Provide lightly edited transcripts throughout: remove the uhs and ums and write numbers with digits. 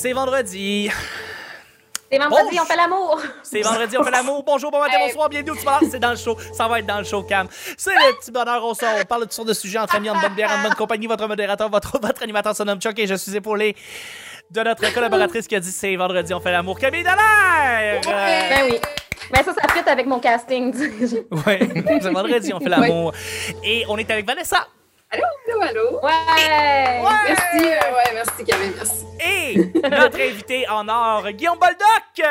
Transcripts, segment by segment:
C'est vendredi. C'est vendredi, on fait l'amour. C'est vendredi, on fait l'amour. Bonjour, bon matin, bonsoir, bienvenue au petit bonheur. C'est dans le show. Ça va être dans le show, Cam. C'est le petit bonheur, on sort. On parle de toutes sortes de sujets entre amis, en bonne bière, en bonne compagnie. Votre modérateur, votre animateur se nomme Chuck et je suis épaulé de notre collaboratrice qui a dit c'est vendredi, on fait l'amour. Camille Dallaire! Ben oui. Ben ça fit avec mon casting. Ouais, c'est vendredi, on fait l'amour. Et on est avec Vanessa. Allô, allô, allô. Ouais! Merci, merci Camille, merci. Et notre invité en or, Guillaume Boldoc!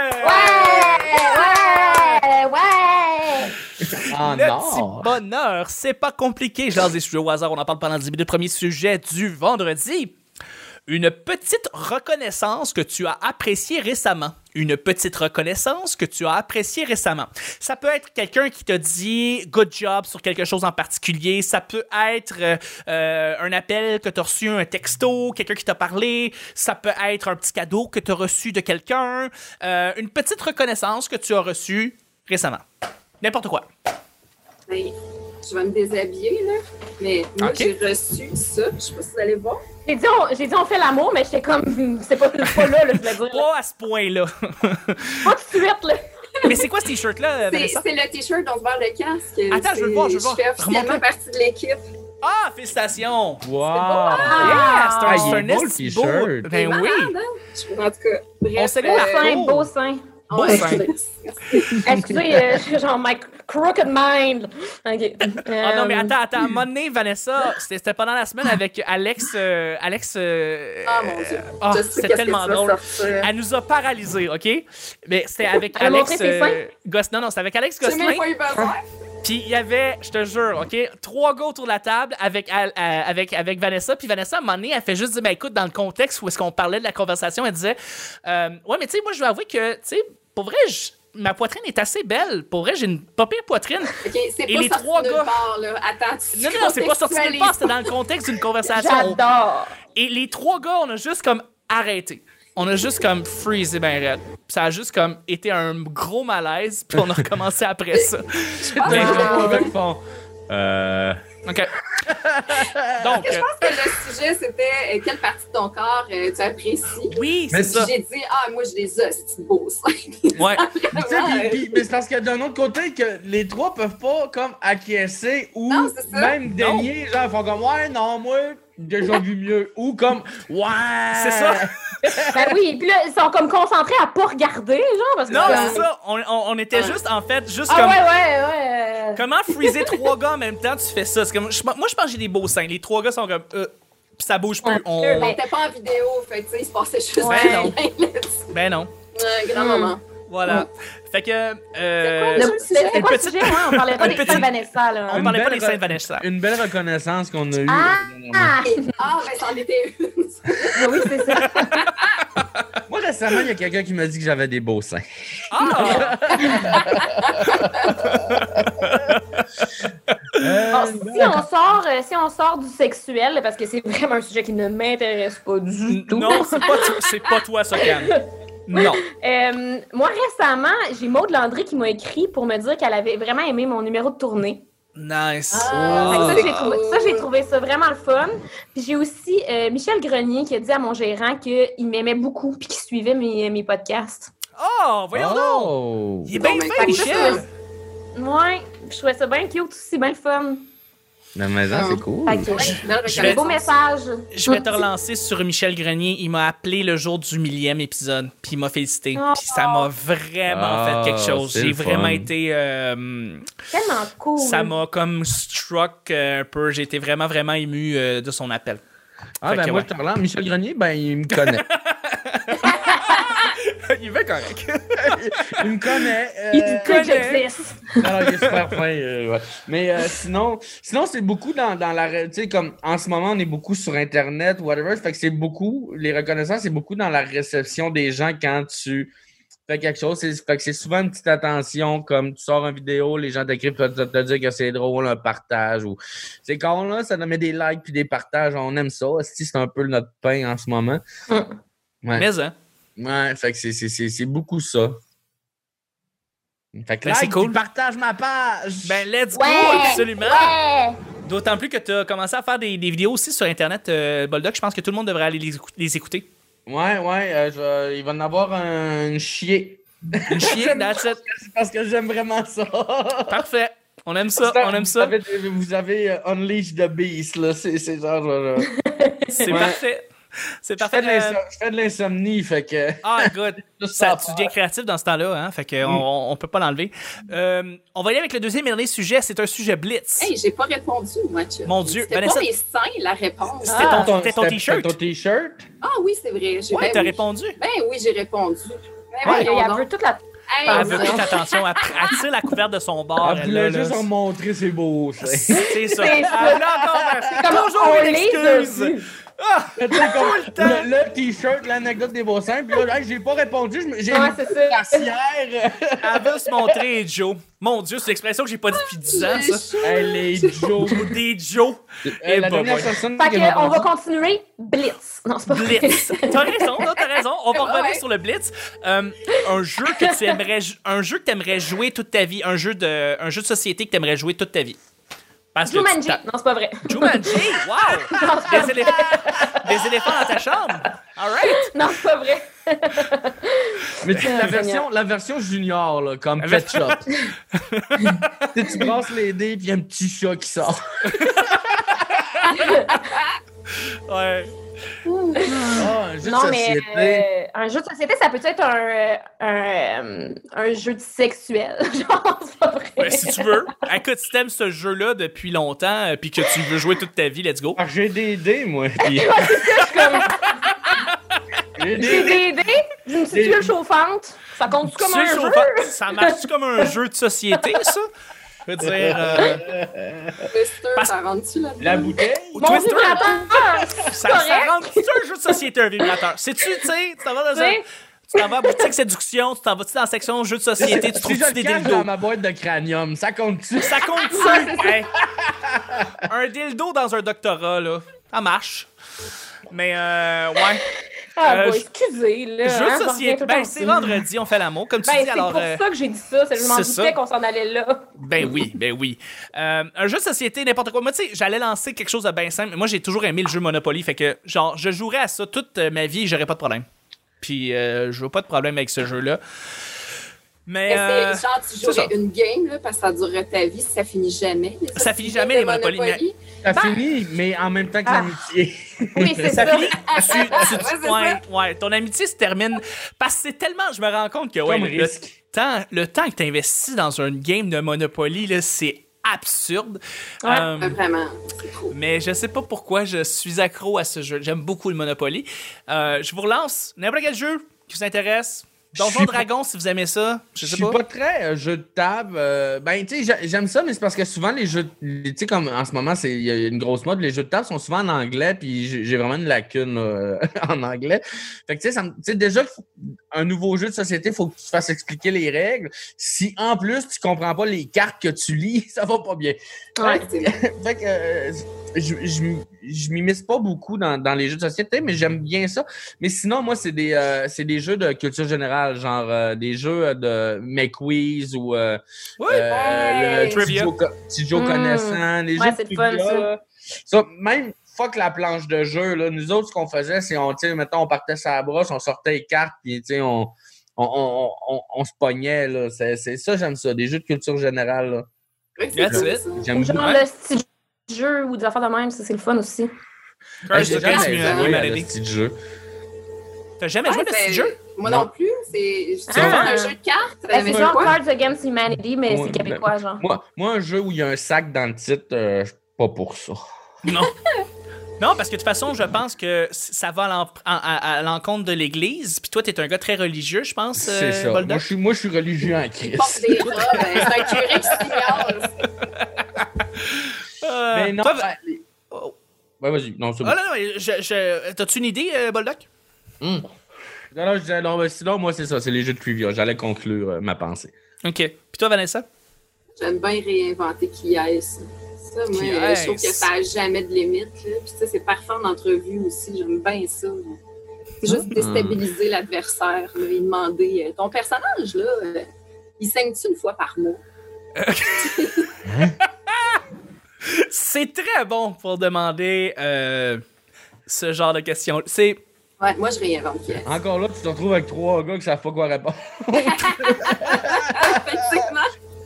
Ouais! Le petit bonheur, c'est pas compliqué. Genre des sujets au hasard, on en parle pendant 10 minutes. Premier sujet du vendredi. Une petite reconnaissance que tu as appréciée récemment. Une petite reconnaissance que tu as appréciée récemment. Ça peut être quelqu'un qui t'a dit « good job » sur quelque chose en particulier. Ça peut être un appel que tu as reçu, un texto, quelqu'un qui t'a parlé. Ça peut être un petit cadeau que tu as reçu de quelqu'un. Une petite reconnaissance que tu as reçue récemment. N'importe quoi. Oui. Je vais me déshabiller, là. Mais moi, j'ai reçu ça. Je sais pas si vous allez voir. J'ai dit on fait l'amour, mais j'étais comme, c'est pas là, je voulais dire. Pas à ce point-là. Pas tout de suite, là. Mais c'est quoi ce t-shirt-là, Vanessa? C'est le t-shirt dont se vend le casque. Attends, je veux le voir. Je fais officiellement partie de l'équipe. Ah, félicitations! Wow! Yeah, c'est un beau le esti beau. t-shirt. Ben oui. En tout cas, bref. On salue la peau. Beau sein. Beau Ouais, sein. Excusez, genre my crooked mind. OK. Ah non, mais attends. À un moment donné, Vanessa, c'était pendant la semaine avec Alex. Ah mon Dieu. Ah, Je sais c'était qu'est-ce tellement que tu vas drôle. sortir. Elle nous a paralysés, OK? Mais c'était avec Elle a Alex montré ses seins? Gosselin. Non, c'était avec Alex J'ai Gosselin. même pas eu besoin. Puis il y avait, je te jure, OK, 3 gars autour de la table avec Vanessa. Puis Vanessa, à un moment donné, elle fait juste dire, ben écoute, dans le contexte où est-ce qu'on parlait de la conversation, elle disait, ouais, mais tu sais, moi, je dois avouer que, tu sais, pour vrai, ma poitrine est assez belle. Pour vrai, j'ai une pas pire poitrine. OK, c'est Et pas les sorti trois nulle gars- part, là. Attends, tu Non, c'est pas sorti nulle part, c'était dans le contexte d'une conversation. J'adore. Et les 3 gars, on a juste comme arrêté. On a juste comme freezé ben raide. Ça a juste comme été un gros malaise, puis on a recommencé après ça. Mais je avec fond. OK. Donc, Je pense que le sujet, c'était quelle partie de ton corps tu apprécies. oui, Mais c'est ça. J'ai dit, moi, je les ai, c'est beau, ça. Ouais. Mais tu sais, mais c'est parce que d'un autre côté, que les trois peuvent pas comme acquiescer ou Non, c'est ça. même dénier. Genre, ils font comme, ouais, non, moi, déjà vu mieux. Ou comme, ouais. C'est ça. Ben oui, puis là, ils sont comme concentrés à pas regarder, genre, parce que... Non, c'est ça. On était juste, en fait, juste Ah comme... ouais. Comment freezer 3 gars en même temps, tu fais ça? C'est comme, moi, je pense que j'ai des beaux seins. Les 3 gars sont comme... Puis ça bouge plus. On était pas en vidéo, fait que, tu sais, il se passait juste Ouais, rien non. là-dessus. Ben non. Grand moment. Voilà. Fait que... C'était quoi le sujet? Ouais, on parlait pas une des petite- seins de Vanessa, là. On parlait pas des seins de Vanessa. Une belle reconnaissance qu'on a eue. Ah! Ben, c'en était une. Oui, c'est ça. Moi, récemment, il y a quelqu'un qui m'a dit que j'avais des beaux seins. Ah! Bon, si on sort du sexuel, parce que c'est vraiment un sujet qui ne m'intéresse pas du tout. Non, c'est pas toi, ça, Cam. Non. Moi, récemment, j'ai Maude Landry qui m'a écrit pour me dire qu'elle avait vraiment aimé mon numéro de tournée. Nice. Fait que j'ai trouvé ça vraiment le fun. Puis j'ai aussi Michel Grenier qui a dit à mon gérant qu'il m'aimait beaucoup puis qu'il suivait mes podcasts. Oh, voyons donc. Oh! Il est bien Bon, ben, fait, fait que Michel. Ouais, je trouvais ça bien cute aussi, bien le fun. La maison, c'est cool. Fait que, Je vais- beau message. Je vais te relancer sur Michel Grenier. Il m'a appelé le jour du 1000e épisode, puis il m'a félicité. Oh. Puis ça m'a vraiment fait quelque chose. c'est J'ai le vraiment fun. été... Tellement cool. ça m'a comme struck un peu. J'ai été vraiment, vraiment ému de son appel. Ah, Fait ben que moi, ouais. je te relance. Michel Grenier, ben, il me connaît. Il est bien correct. Il me connaît. Il dit que j'existe. Alors, il est super fin. Ouais. Mais sinon, c'est beaucoup dans la... Tu sais, comme en ce moment, on est beaucoup sur Internet, whatever. Fait que c'est beaucoup... Les reconnaissances, c'est beaucoup dans la réception des gens quand tu fais quelque chose. Fait que c'est souvent une petite attention, comme tu sors une vidéo, les gens t'écrivent pour te dire que c'est drôle, un partage. Ou... C'est quand là, ça nous met des likes puis des partages. On aime ça. C'est un peu notre pain en ce moment. Ouais. Mais, hein? Ouais, fait que c'est beaucoup ça. Fait que Ben, c'est like, cool. puis partage ma page! Ben, let's go, Ouais! absolument. Ouais! D'autant plus que tu as commencé à faire des vidéos aussi sur Internet, Boldoc. Je pense que tout le monde devrait aller les écouter. Ouais, il va en avoir un chier. Une chier, that's it. C'est parce que j'aime vraiment ça. Parfait. On aime ça, on aime ça. Vous avez Unleash the Beast, là. C'est genre... C'est parfait. C'est parfait. Je fais de l'insomnie, fait que... Ah, good. Tu deviens créatif dans ce temps-là, hein? Fait qu'on on peut pas l'enlever. On va aller avec le deuxième et dernier sujet. C'est un sujet blitz. Hey, j'ai pas répondu, Mathieu. Mon Dieu, c'était Vanessa. pas mes seins, la réponse. C'était ton t-shirt. C'était ton t-shirt? Ah oui, c'est vrai. Ouais, t'as répondu. Ben oui, j'ai répondu. Ben, Ouais, voyons elle donc. veut toute la... Hey, Elle veut toute l'attention. Elle tire la couverte de son bord. Elle voulait juste en montrer ses beaux seins. C'est ça. C'est Elle ça. voulait encore Comme toujours on une les excuse. a vus. Ah! Tu sais, comme le t-shirt, l'anecdote des beaux seins, puis là, hey, j'ai pas répondu, j'ai Ouais, mis c'est ça. glacière. Elle veut se montrer, Joe. Mon Dieu, c'est l'expression que j'ai pas dit depuis 10 ans, ça. Elle est Joe. Des Joe. Et La bah, dernière ouais. personne Fait qui m'a qu'on va pensé- continuer Blitz. Non, c'est pas vrai. Blitz. T'as raison, non, t'as raison. On va revenir Ouais. sur le Blitz. Un jeu que tu aimerais, un jeu que t'aimerais jouer toute ta vie, un jeu de société que t'aimerais jouer toute ta vie. Parce que Jumanji. Non, c'est pas vrai. Jumanji, wow! Non, c'est pas vrai. Des éléphants dans ta chambre. All right. Non, c'est pas vrai. Mais tu sais, Génial. la version junior, là, comme La Pet Shop. Tu sais, tu brasses les dés, puis il y a un petit chat qui sort. Ouais. Ah, un jeu de Non, mais société. un jeu de société, ça peut être un jeu sexuel. Genre, c'est pas vrai. Ben, si tu veux. Écoute, si t'aimes ce jeu-là depuis longtemps, puis que tu veux jouer toute ta vie, let's go. Ah, j'ai des dés, moi. puis- J'ai des J'ai dés. des idées, j'ai une tuile chauffante. Ça compte comme Tu un sais, jeu? ça marche comme un jeu de société, ça? Je veux dire, Twister, Parce- ça rentre-tu là-dedans? La bouteille? Mon Twister, vibrateur! ça correct. rentre. C'est un jeu de société, un vibrateur. Sais-tu, tu sais, tu t'en vas dans un. Oui. Tu t'en vas à boutique séduction, tu t'en vas dans la section jeux de société, tu Si trouves je des le cache dildos. dans ma boîte de cranium, ça compte-tu? Ça compte-tu? Hey. Un dildo dans un doctorat, là. Ça marche. Mais, ouais. Ah, Euh, bon, excusez, là. Jeux hein, de je reviens société. tout le Ben, temps c'est dessus. vendredi, on fait l'amour. Comme tu Ben, dis, c'est alors. pour ça que j'ai dit ça. Je m'en c'est doutais ça. qu'on s'en allait là. Ben oui, ben oui. Un jeu de société, n'importe quoi. Moi, tu sais, j'allais lancer quelque chose de bien simple. Mais moi, j'ai toujours aimé le jeu Monopoly. Fait que, genre, je jouerais à ça toute ma vie et j'aurais pas de problème. Puis, je veux pas de problème avec ce jeu-là. Mais. Mais c'est genre, tu c'est ça. jouerais une game, là, parce que ça durerait ta vie, ça finit jamais. Ça finit jamais, les Monopoly, Ça finit, mais en même temps que l'amitié. Oui, c'est ça. Ça finit. Ouais, c'est Ouais, ton amitié se termine. Parce que c'est tellement. Je me rends compte que, ouais, Comme risque. le temps que tu investis dans une game de Monopoly, là, c'est absurde. Ouais. Vraiment, c'est cool. Mais je sais pas pourquoi je suis accro à ce jeu. J'aime beaucoup le Monopoly. Je vous relance. N'importe quel jeu qui vous intéresse. Je Donjon suis Dragon, si vous aimez ça. Je Je sais suis pas. pas très jeu de table. Ben, tu sais, j'aime ça, mais c'est parce que souvent, les jeux. Tu sais, comme en ce moment, il y a une grosse mode. Les jeux de table sont souvent en anglais, puis j'ai vraiment une lacune là, en anglais. Fait que, tu sais, déjà, un nouveau jeu de société, il faut que tu te fasses expliquer les règles. Si en plus, tu comprends pas les cartes que tu lis, ça va pas bien. Ouais. Fait que je m'immisce pas beaucoup dans les jeux de société, mais j'aime bien ça. Mais sinon, moi, c'est des jeux de culture générale, genre des jeux de McQuiz ou Ouais. le Trivia. Petit Joe connaissant, les Ouais, jeux de c'est le fun, trivia, ça. là. Ça, même fuck la planche de jeu, là. Nous autres, ce qu'on faisait, c'est mettons, on partait sur la brosse, on sortait les cartes, puis on se pognait, là. C'est ça, j'aime ça, des jeux de culture générale, là. Ouais, That's cool, it. ça. J'aime Genre beaucoup. le style jeu ou des affaires de même, ça, c'est le fun aussi. Curse J'ai Against jamais Humanity. joué à Humanity. le petit jeu. T'as jamais joué Ouais, à ce c'est- jeu? Moi Non. non plus. C'est Ah. un jeu de cartes. Ben, c'est mais genre quoi? Cards Against Humanity, mais Ouais, c'est québécois, genre. Moi, un jeu où il y a un sac dans le titre, je suis pas pour ça. Non. Non, parce que de toute façon, je pense que ça va à l'encontre de l'Église. Puis toi, t'es un gars très religieux, je pense, C'est ça. Boldoc. Moi, je suis religieux en Il Christ. porte des robes. C'est un curé qui s'ignore. Mais non, toi, oh. Ouais, vas-y. Non, c'est bon. Ah non, non, t'as-tu une idée, Boldoc? Non, non, je disais, non, mais sinon, moi, c'est ça. C'est les jeux de trivia. J'allais conclure ma pensée. OK. Puis toi, Vanessa? J'aime bien réinventer qui est ça. Ça, moi, Qui je trouve est-ce? que ça n'a jamais de limite. Là. Puis ça, c'est parfait en entrevue aussi. J'aime bien ça. Là. C'est juste déstabiliser l'adversaire. Là, et demander ton personnage, là, il saigne-tu une fois par mois? C'est très bon pour demander ce genre de questions. Ouais, moi, je réinvente qui est. Encore là, tu te retrouves avec 3 gars qui savent pas quoi répondre. Effectivement.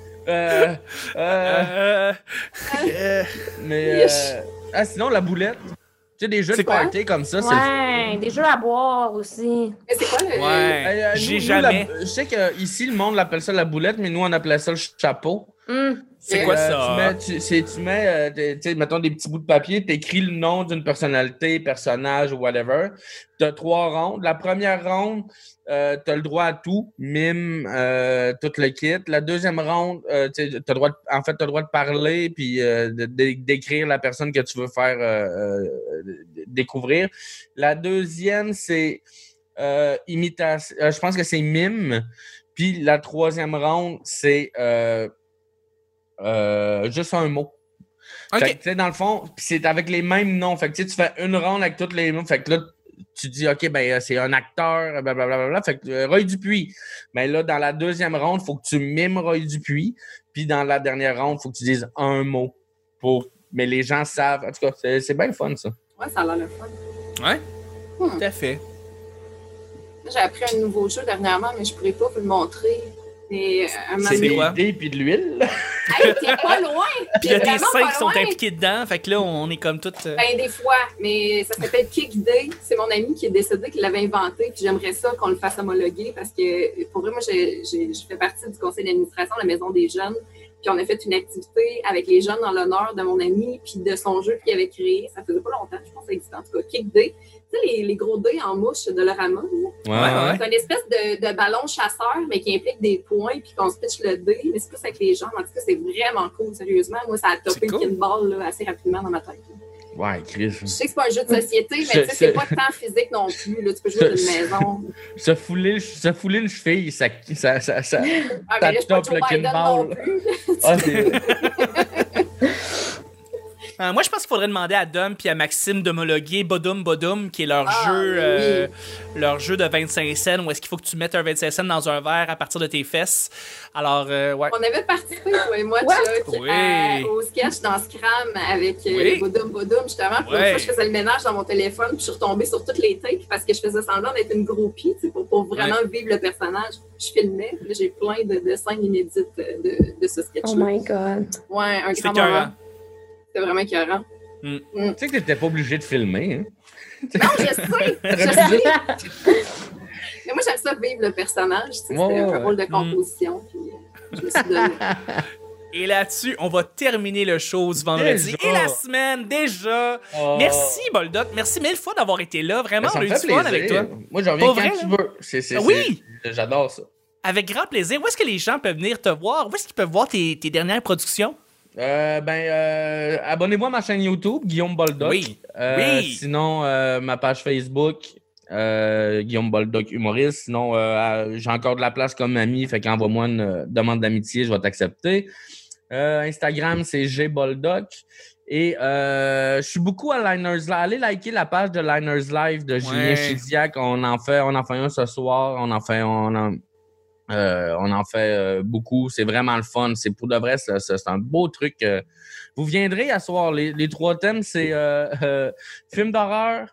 Mais sinon, la boulette. Tu sais, des jeux de party comme ça, Ouais, des jeux à boire aussi. Mais c'est quoi le. Ouais, j'ai jamais. Je sais qu'ici, le monde l'appelle ça la boulette, mais nous, on appelait ça le chapeau. C'est quoi ça? Tu mets tu sais, mettons des petits bouts de papier, t'écris le nom d'une personnalité, personnage ou whatever. T'as 3 rondes. La première ronde, t'as le droit à tout, mime, tout le kit. La deuxième ronde, t'as le droit de parler puis d'écrire la personne que tu veux faire découvrir. La deuxième, c'est imitation. Je pense que c'est mime. Puis la troisième ronde, c'est juste un mot. Okay. Fait que, tu sais, dans le fond, c'est avec les mêmes noms. Fait que tu fais une ronde avec tous les noms. Fait que là, tu dis, OK, ben c'est un acteur, blablabla. Fait que Roy Dupuis. Mais là, dans la deuxième ronde, il faut que tu mimes Roy Dupuis. Puis dans la dernière ronde, il faut que tu dises un mot. Mais les gens savent. En tout cas, c'est bien le fun, ça. Ouais, ça a l'air le fun. Ouais, tout à fait. J'ai appris un nouveau jeu dernièrement, mais je pourrais pas vous le montrer. C'est des dés puis de l'huile. Hey, t'es pas loin! Puis il y a des seins qui sont impliqués dedans, fait que là, on est comme toutes... Ben, des fois, mais ça s'appelle Kick Day. C'est mon ami qui est décédé qui l'avait inventé, puis j'aimerais ça qu'on le fasse homologuer parce que, pour vrai, moi, je fais partie du conseil d'administration de la Maison des Jeunes, puis on a fait une activité avec les jeunes en l'honneur de mon ami, puis de son jeu qu'il avait créé. Ça faisait pas longtemps, je pense que ça existait en tout cas, Kick Day. Tu sais, les gros dés en mouche de Lorama. Ouais. C'est une espèce de ballon chasseur, mais qui implique des points, puis qu'on se pitche le dé. Mais c'est plus avec les gens. En tout cas, c'est vraiment cool, sérieusement. Moi, ça a topé le pinball là, assez rapidement dans ma tête. Ouais, Chris. Je sais que c'est pas un jeu de société, mais tu sais, c'est pas tant physique non plus. Là. Tu peux jouer d'une maison. Se fouler une cheville, ça mais là, je top le pinball. Moi, je pense qu'il faudrait demander à Dom et à Maxime d'homologuer Bodum, qui est leur jeu de 25 cents, où est-ce qu'il faut que tu mettes un 25 cents dans un verre à partir de tes fesses. Alors, ouais. On avait participé, toi et moi, Chuck, au sketch dans Scram avec Bodum, justement. Puis une fois, je faisais le ménage dans mon téléphone, puis je suis retombée sur toutes les tapes parce que je faisais semblant d'être une groupie, pour vraiment vivre le personnage. Je filmais, puis j'ai plein de scènes inédites de ce sketch-là. Oh my God. Ouais, un grand moment. C'était vraiment écœurant. Tu sais que t'étais pas obligé de filmer, hein? Non, je sais! Mais moi, j'aime ça vivre le personnage. C'était un rôle de composition. Puis, je me suis donné. Et là-dessus, on va terminer le show du vendredi et la semaine déjà. Merci, Boldoc. Merci 1000 fois d'avoir été là. Vraiment, on a eu du fun avec toi. Moi, je reviens quand tu veux. Oui! J'adore ça. Avec grand plaisir. Où est-ce que les gens peuvent venir te voir? Où est-ce qu'ils peuvent voir tes dernières productions? Abonnez-vous à ma chaîne YouTube, Guillaume Boldoc. Oui. Sinon, ma page Facebook, Guillaume Boldoc humoriste. Sinon, j'ai encore de la place comme ami, fait qu'envoie-moi une demande d'amitié, je vais t'accepter. Instagram, c'est gboldoc. Et je suis beaucoup à Liners Live. Allez liker la page de Liners Live de Julien Chidiac. On en fait un ce soir. On en fait beaucoup. C'est vraiment le fun. C'est pour de vrai, c'est un beau truc. Vous viendrez à soir. Les 3 thèmes, c'est film d'horreur,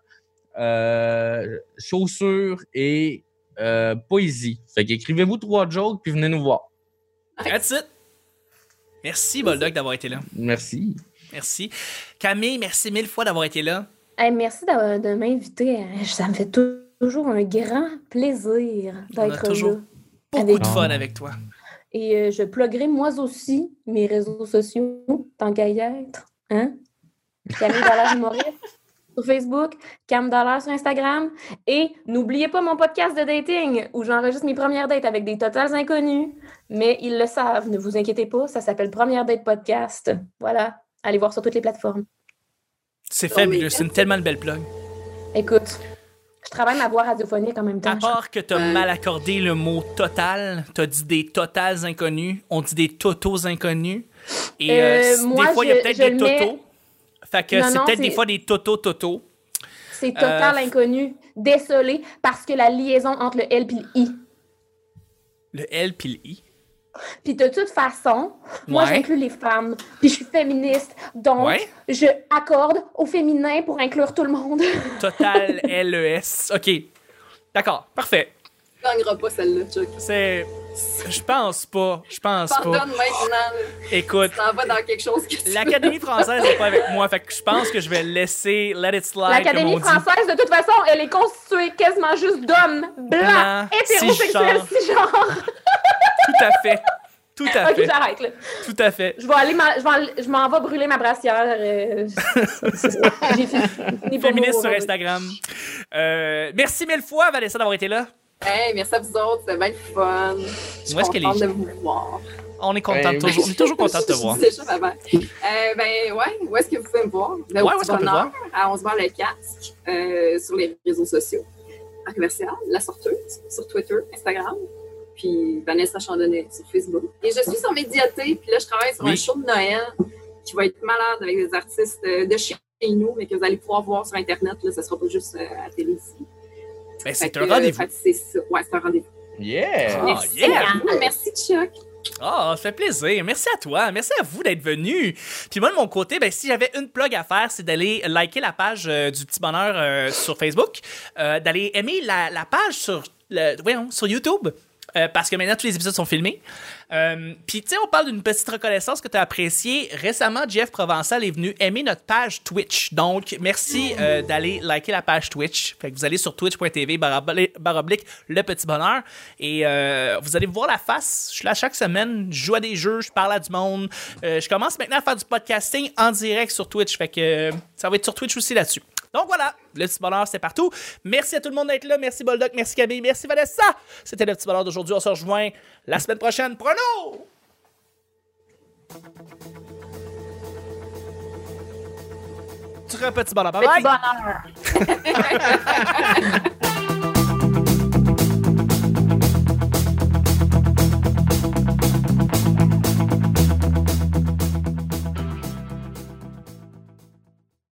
chaussures et poésie. Fait qu'écrivez-vous 3 jokes puis venez nous voir. That's it. Merci, Boldoc, d'avoir été là. Merci. Camille, merci 1000 fois d'avoir été là. Hey, merci de m'inviter. Ça me fait toujours un grand plaisir d'être là. Beaucoup de fun avec toi. Et je pluggerai moi aussi mes réseaux sociaux, tant qu'à y être. Hein? Camille Dallaire humoriste sur Facebook, Cam Dallaire sur Instagram. Et n'oubliez pas mon podcast de dating où j'enregistre mes premières dates avec des totales inconnus. Mais ils le savent, ne vous inquiétez pas, ça s'appelle Première Date Podcast. Voilà, allez voir sur toutes les plateformes. C'est fabuleux, c'est une tellement belle plug. Écoute, je travaille ma voix radiophonique en même temps. À part que t'as mal accordé le mot total, t'as dit des totales inconnus, on dit des totos inconnus. Et moi, des fois, il y a peut-être des totos. Fait que c'est peut-être des fois des totos. C'est total inconnu. Désolé, parce que la liaison entre le L et le I. Le L puis le I? Puis de toute façon, moi, Ouais. j'inclus les femmes. Puis je suis féministe. Donc, Ouais. je accorde au féminin pour inclure tout le monde. Total LES. OK. D'accord, parfait. Tu gagneras pas celle-là, Chuck. C'est... Je pense pas. Pardonne maintenant. Là. Écoute, Tu t'en vas dans quelque chose que tu l'Académie française n'est pas avec moi, fait que je pense que je vais laisser let it slide, comme on L'Académie dit. française, de toute façon, elle est constituée quasiment juste d'hommes blancs, Blancs, hétérosexuels, cisgenres. Tout à fait. Tout à Ok, fait. j'arrête, là. Tout à fait. Je m'en vais brûler ma brassière. C'est ça. J'ai fini pour Féministe mourir sur aujourd'hui. Instagram. Merci mille fois, Vanessa, d'avoir été là. Hey, merci à vous autres, c'était bien le fun. Je suis Où est-ce qu'elle contente est? de vous voir. On est content, Ouais, toujours, on est toujours content de te voir. Je disais ça avant. Ben, ouais, où est-ce que vous pouvez me voir? Ben, Ouais, au où est-ce qu'on peut te Bonheur, à 11h le casque, sur les réseaux sociaux. À Commercial, La Sorteuse, sur Twitter, Instagram, puis Vanessa Chandonnet sur Facebook. Et je suis sur Médiaté, puis là, je travaille sur un show de Noël qui va être malade avec des artistes de chez nous, mais que vous allez pouvoir voir sur Internet. Là, ça sera pas juste à la télé ici. Ben, c'est Fait un que, rendez-vous. fait que c'est ça. Ouais, c'est un rendez-vous. Yeah! Ah, Merci. yeah! Merci, Chuck. Ah, ça fait plaisir. Merci à toi. Merci à vous d'être venus. Puis moi, de mon côté, ben, si j'avais une plug à faire, c'est d'aller liker la page du Petit Bonheur sur Facebook, d'aller aimer la page sur YouTube. Parce que maintenant, tous les épisodes sont filmés. Puis, tu sais, on parle d'une petite reconnaissance que tu as appréciée. Récemment, Jeff Provençal est venu aimer notre page Twitch. Donc, merci d'aller liker la page Twitch. Fait que vous allez sur twitch.tv/, le petit bonheur. Et vous allez voir la face. Je suis là chaque semaine. Je joue à des jeux, je parle à du monde. Je commence maintenant à faire du podcasting en direct sur Twitch. Fait que ça va être sur Twitch aussi là-dessus. Donc voilà, le petit bonheur, c'est partout. Merci à tout le monde d'être là. Merci Boldoc, merci Camille, merci Vanessa. C'était le petit bonheur d'aujourd'hui. On se rejoint la semaine prochaine. Prono! Tu feras un petit bonheur. Bye bye. Petit bonheur.